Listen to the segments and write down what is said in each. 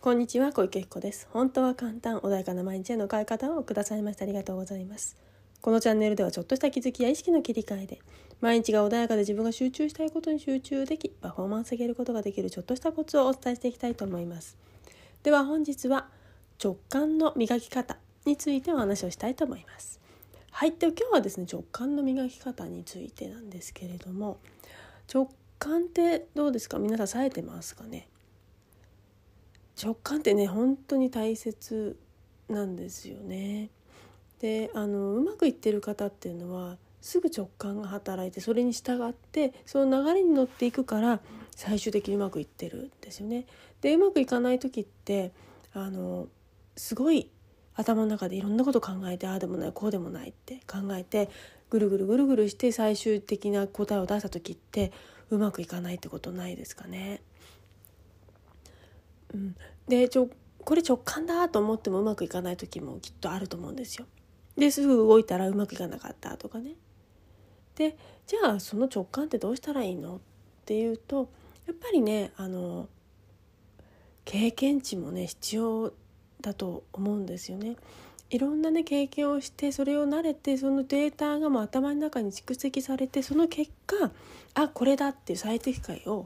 こんにちは、小池彦です。本当は簡単、穏やかな毎日への変え方をくださいましてありがとうございます。このチャンネルではちょっとした気づきや意識の切り替えで毎日が穏やかで自分が集中したいことに集中できパフォーマンスを上げることができるちょっとしたコツをお伝えしていきたいと思います。では本日は直感の磨き方についてお話をしたいと思います。はい、では今日はですね、直感の磨き方についてなんですけれども、直感ってどうですか？皆さん冴えてますかね？直感ってね、本当に大切なんですよね。で、うまくいってる方っていうのはすぐ直感が働いて、それに従ってその流れに乗っていくから最終的にうまくいってるんですよね。で、うまくいかない時ってすごい頭の中でいろんなこと考えて、ああでもないこうでもないって考えてぐるぐるぐるぐるして最終的な答えを出した時ってうまくいかないってことないですかね。でこれ直感だと思ってもうまくいかない時もきっとあると思うんですよ。ですぐ動いたらうまくいかなかったとかね。で、じゃあその直感ってどうしたらいいのっていうと、やっぱりね経験値もね必要だと思うんですよね。いろんなね経験をして、それを慣れて、そのデータがもう頭の中に蓄積されて、その結果これだっていう最適解を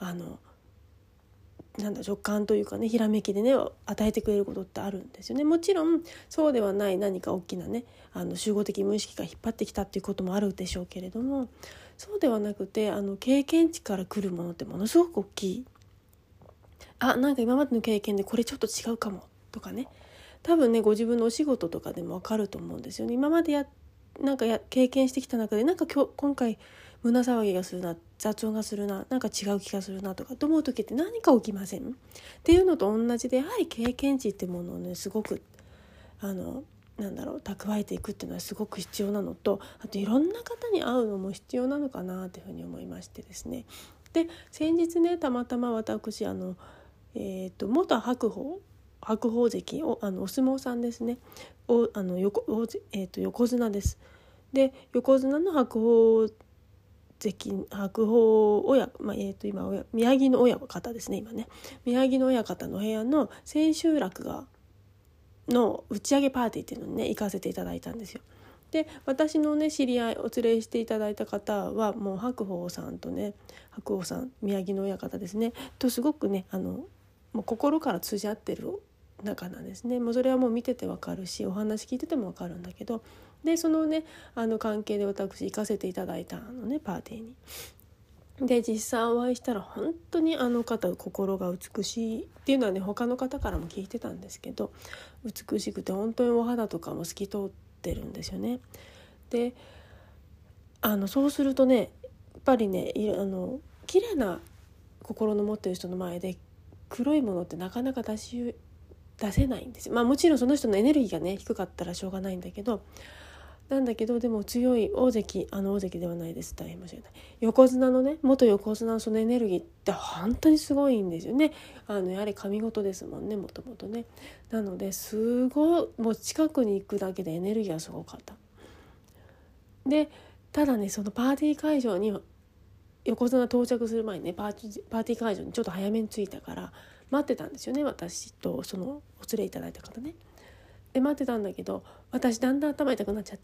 直感というかね、ひらめきでね与えてくれることってあるんですよね。もちろんそうではない何か大きなね集合的無意識が引っ張ってきたっていうこともあるでしょうけれども、そうではなくて経験値から来るものってものすごく大きい。なんか今までの経験でこれちょっと違うかもとかね、多分ねご自分のお仕事とかでも分かると思うんですよね。今まで経験してきた中で今回胸騒ぎがするな、雑音がするな、なんか違う気がするなとかと思う時って何か起きませんっていうのと同じで、やはり経験値ってものをねすごく蓄えていくっていうのはすごく必要なのと、あといろんな方に会うのも必要なのかなというふうに思いましてですね。で、先日ねたまたま私元白鵬関をお相撲さんですね、横綱です。で、横綱の白鵬親、今宮城の親方ですね。宮城の親方の部屋の千秋楽の打ち上げパーティーっていうのにね行かせていただいたんですよ。で、私のね知り合いお連れしていただいた方はもう白鵬さん、宮城の親方ですねとすごくねもう心から通じ合ってる仲なんですね。もうそれはもう見ててわかるし、お話聞いててもわかるんだけど、でそのね関係で私行かせていただいたパーティーに。で、実際お会いしたら本当に方心が美しいっていうのはね他の方からも聞いてたんですけど、美しくて本当にお肌とかも透き通ってるんですよね。でそうするとねやっぱりね綺麗な心の持ってる人の前で黒いものってなかなか出せないんですよ。もちろんその人のエネルギーがね低かったらしょうがないんだけど、でも強い大関ではないです、大変申し訳ない、横綱のね元横綱のそのエネルギーって本当にすごいんですよね。やはり神事ですもんね、もともとね。なのですごいもう近くに行くだけでエネルギーがすごかった。で、ただねそのパーティー会場に横綱到着する前にねパーティー会場にちょっと早めに着いたから待ってたんですよね、私とそのお連れいただいた方ね。で、待ってたんだけど私だんだん頭痛くなっちゃって、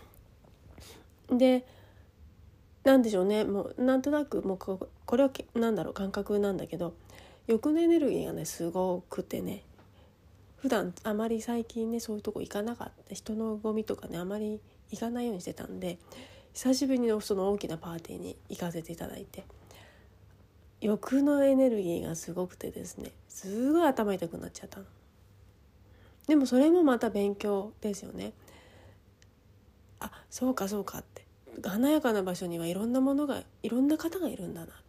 でなんでしょうね、もうなんとなくもうこれは感覚なんだけど、欲のエネルギーがねすごくてね、普段あまり最近ねそういうとこ行かなかった、人のゴミとかねあまり行かないようにしてたんで、久しぶりにその大きなパーティーに行かせていただいて、欲のエネルギーがすごくてですね、すごい頭痛くなっちゃったの。でもそれもまた勉強ですよね。そうかって、華やかな場所にはいろんな方がいるんだなって。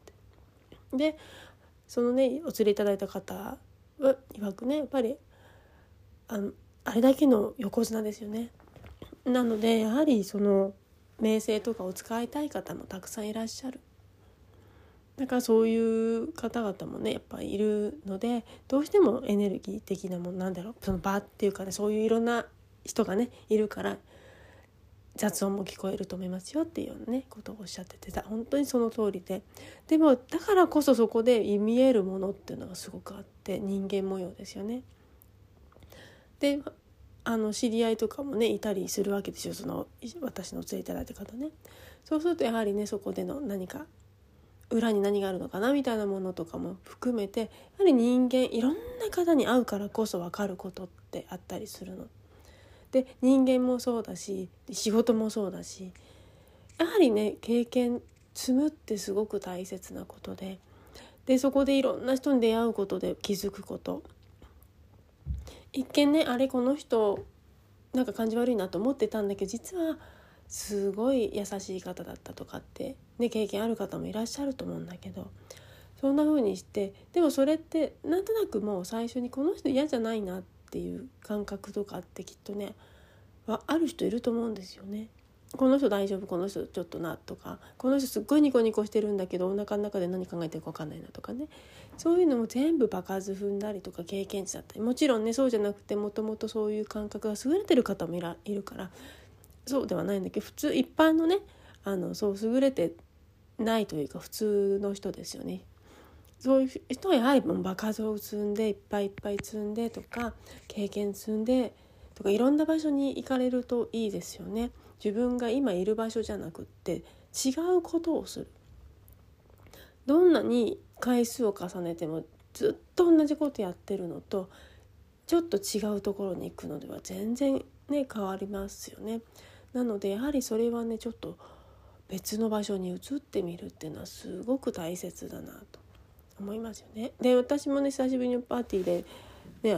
で、そのねお連れいただいた方は曰くね、やっぱりあれだけの横綱ですよね。なのでやはりその名声とかを使いたい方もたくさんいらっしゃる。だからそういう方々もねやっぱりいるので、どうしてもエネルギー的なものその場っていうかね、そういういろんな人がねいるから、 雑音も聞こえると思いますよっていうようなねことをおっしゃってて、本当にその通りで、でもだからこそそこで見えるものっていうのがすごくあって、人間模様ですよね。で知り合いとかもねいたりするわけですよ、その私の連れていただいた方ね。そうするとやはりねそこでの何か裏に何があるのかなみたいなものとかも含めて、やはり人間いろんな方に会うからこそ分かることってあったりするので、人間もそうだし仕事もそうだし、やはりね経験積むってすごく大切なことで、そこでいろんな人に出会うことで気づくこと、一見ねあれこの人なんか感じ悪いなと思ってたんだけど、実はすごい優しい方だったとかってね経験ある方もいらっしゃると思うんだけど、そんな風にして、でもそれってなんとなくもう最初にこの人嫌じゃないなっていう感覚とかってきっとねある人いると思うんですよね。この人大丈夫、この人ちょっとなとか、この人すっごいニコニコしてるんだけどお腹の中で何考えてるか分かんないなとかね、そういうのも全部場数踏んだりとか経験値だったり、もちろんねそうじゃなくてもともとそういう感覚が優れてる方もいるからそうではないんだけど、普通一般のねそう優れてないというか普通の人ですよね。そういう人はやはり場数を積んでいっぱいいっぱい積んでとか経験積んでとかいろんな場所に行かれるといいですよね。自分が今いる場所じゃなくって違うことをする。どんなに回数を重ねてもずっと同じことやってるのとちょっと違うところに行くのでは全然ね変わりますよね。なのでやはりそれはねちょっと別の場所に移ってみるっていうのはすごく大切だなと思いますよね。で私もね久しぶりにパーティーでね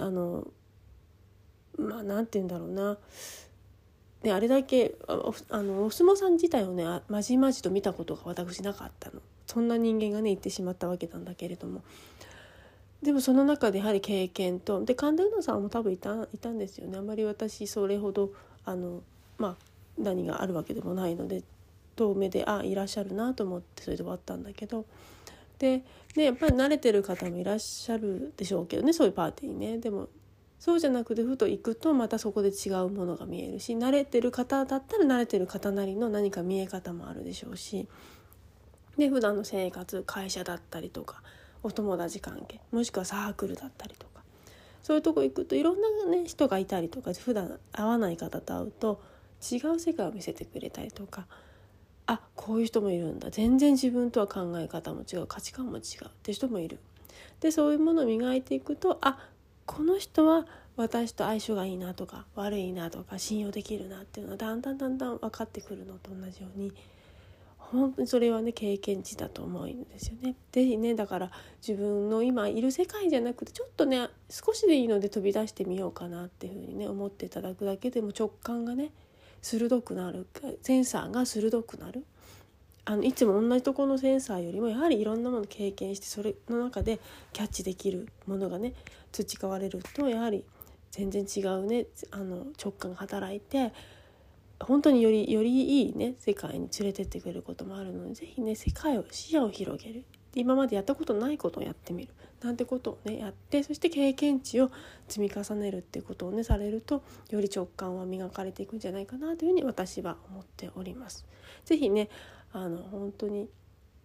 なんて言うんだろうな、であれだけお相撲さん自体をねまじまじと見たことが私なかったの。そんな人間がね行ってしまったわけなんだけれども、でもその中でやはり経験とで神田うのさんも多分いたんですよね。あんまり私それほど何があるわけでもないので遠目でいらっしゃるなと思ってそれで終わったんだけど、でやっぱり慣れてる方もいらっしゃるでしょうけどね、そういうパーティーにね。でもそうじゃなくてふと行くとまたそこで違うものが見えるし、慣れてる方だったら慣れてる方なりの何か見え方もあるでしょうし、で普段の生活会社だったりとかお友達関係もしくはサークルだったりとか、そういうとこ行くといろんな、ね、人がいたりとか、普段会わない方と会うと違う世界を見せてくれたりとか、こういう人もいるんだ、全然自分とは考え方も違う、価値観も違うって人もいる。でそういうものを磨いていくとこの人は私と相性がいいなとか悪いなとか信用できるなっていうのはだんだん分かってくるのと同じように、本当にそれはね経験値だと思うんですよね。ぜひねだから自分の今いる世界じゃなくてちょっとね少しでいいので飛び出してみようかなっていうふうにね思っていただくだけでも直感がね鋭くなる、センサーが鋭くなる。いつも同じところのセンサーよりもやはりいろんなものを経験してそれの中でキャッチできるものがね培われるとやはり全然違うね直感が働いて本当によりいいね世界に連れてってくれることもあるので、ぜひね視野を広げる、今までやったことないことをやってみるなんてことをねやって、そして経験値を積み重ねるっていうことをねされるとより直感は磨かれていくんじゃないかなというふうに私は思っております。ぜひね本当に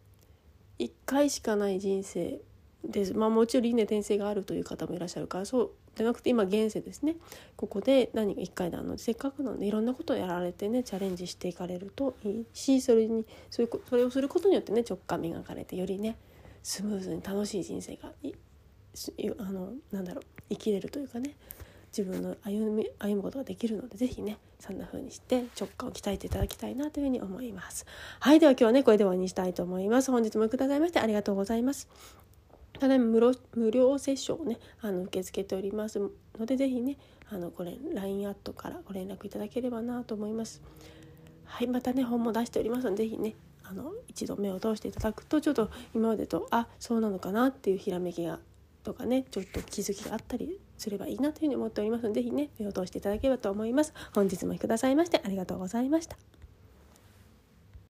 1回しかない人生です。もちろん輪廻転生があるという方もいらっしゃるからそうじゃなくて今現世ですね、ここで何か1回なのでせっかくなのでいろんなことをやられてねチャレンジしていかれるといいし、それをすることによってね直感磨かれてよりねスムーズに楽しい人生が生きれるというかね、自分の歩むことができるので、ぜひねそんな風にして直感を鍛えていただきたいなというふうに思います。はい、では今日はねこれで終わりにしたいと思います。本日もくださいましてありがとうございます。ただいま無料セッションをね受け付けておりますので、ぜひねLINE アットからご連絡いただければなと思います。はい、またね本も出しておりますので、ぜひね一度目を通していただくとちょっと今までとそうなのかなっていうひらめきがとかねちょっと気づきがあったりすればいいなというふうに思っておりますので、ぜひね目を通していただければと思います。本日もくださいましてありがとうございました。